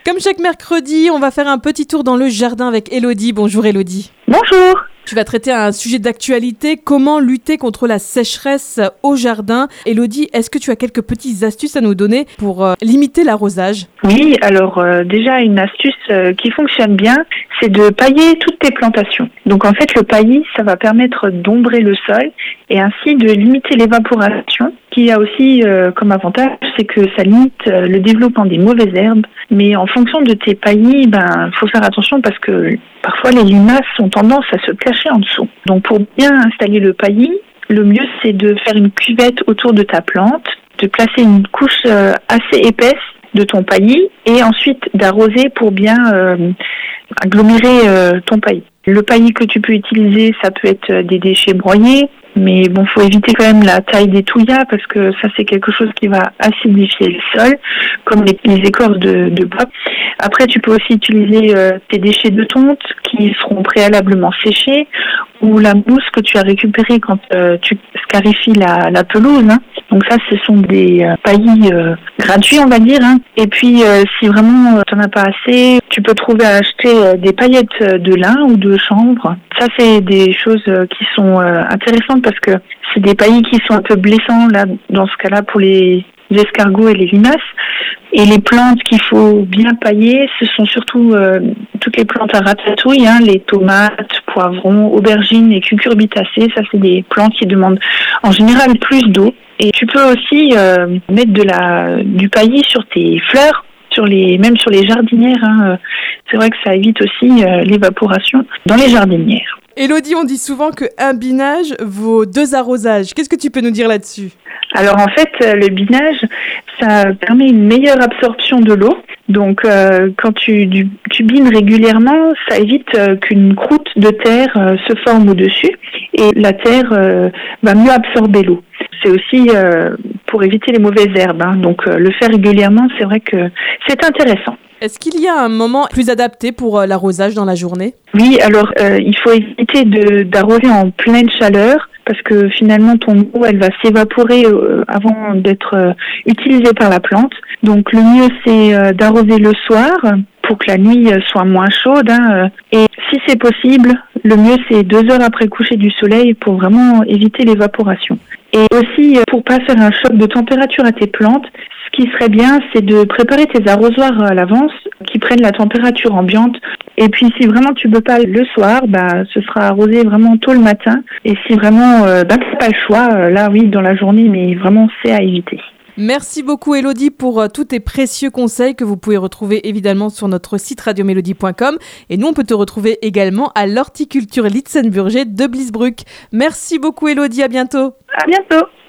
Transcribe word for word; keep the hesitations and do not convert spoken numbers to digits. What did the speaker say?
Comme chaque mercredi, on va faire un petit tour dans le jardin avec Élodie. Bonjour Élodie. Bonjour. Tu vas traiter un sujet d'actualité, comment lutter contre la sécheresse au jardin. Élodie, est-ce que tu as quelques petites astuces à nous donner pour euh, limiter l'arrosage ? Oui, alors euh, déjà une astuce euh, qui fonctionne bien, c'est de pailler toutes tes plantations. Donc en fait le paillis, ça va permettre d'ombrer le sol et ainsi de limiter l'évaporation. Ce qui a aussi euh, comme avantage, c'est que ça limite euh, le développement des mauvaises herbes. Mais en fonction de tes paillis, ben faut faire attention parce que parfois les limaces ont tendance à se cacher en dessous. Donc pour bien installer le paillis, le mieux c'est de faire une cuvette autour de ta plante, de placer une couche euh, assez épaisse de ton paillis et ensuite d'arroser pour bien euh, agglomérer euh, ton paillis. Le paillis que tu peux utiliser, ça peut être des déchets broyés, mais bon, faut éviter quand même la taille des touillas parce que ça c'est quelque chose qui va acidifier le sol, comme les, les écorces de, de bois. Après, tu peux aussi utiliser euh, tes déchets de tonte qui seront préalablement séchés ou la mousse que tu as récupérée quand euh, tu scarifies la, la pelouse. Hein. Donc ça, ce sont des euh, paillis euh, gratuits, on va dire. Hein. Et puis, euh, si vraiment euh, tu n'en as pas assez, tu peux trouver à acheter euh, des paillettes de lin ou de chanvre. Ça, c'est des choses euh, qui sont euh, intéressantes parce que c'est des paillis qui sont un peu blessants, là, dans ce cas-là, pour les escargots et les limaces. Et les plantes qu'il faut bien pailler, ce sont surtout euh, toutes les plantes à ratatouille, hein, les tomates, poivrons, aubergines et cucurbitacées. Ça, c'est des plantes qui demandent en général plus d'eau. Et tu peux aussi euh, mettre de la du paillis sur tes fleurs, sur les même sur les jardinières. Hein. C'est vrai que ça évite aussi euh, l'évaporation dans les jardinières. Élodie, on dit souvent qu'un binage vaut deux arrosages. Qu'est-ce que tu peux nous dire là-dessus ? Alors en fait, le binage, ça permet une meilleure absorption de l'eau. Donc euh, quand tu, tu, tu bines régulièrement, ça évite euh, qu'une croûte de terre euh, se forme au-dessus et la terre euh, va mieux absorber l'eau. C'est aussi euh, pour éviter les mauvaises herbes. Hein. Donc euh, le faire régulièrement, c'est vrai que c'est intéressant. Est-ce qu'il y a un moment plus adapté pour euh, l'arrosage dans la journée ? Oui, alors euh, il faut éviter de, d'arroser en pleine chaleur parce que finalement ton eau elle va s'évaporer euh, avant d'être euh, utilisée par la plante. Donc le mieux c'est euh, d'arroser le soir pour que la nuit euh, soit moins chaude. Hein, euh, et si c'est possible, le mieux c'est deux heures après le coucher du soleil pour vraiment éviter l'évaporation. Et aussi, pour pas faire un choc de température à tes plantes, ce qui serait bien, c'est de préparer tes arrosoirs à l'avance qui prennent la température ambiante. Et puis, si vraiment tu peux pas le soir, bah, ce sera arrosé vraiment tôt le matin. Et si vraiment, euh, bah, t'as pas le choix, euh, là, oui, dans la journée, mais vraiment, c'est à éviter. Merci beaucoup Élodie pour euh, tous tes précieux conseils que vous pouvez retrouver évidemment sur notre site radio mélodie point com et nous on peut te retrouver également à l'horticulture Litzenburger de Bliesbruck. Merci beaucoup Élodie, à bientôt. À bientôt.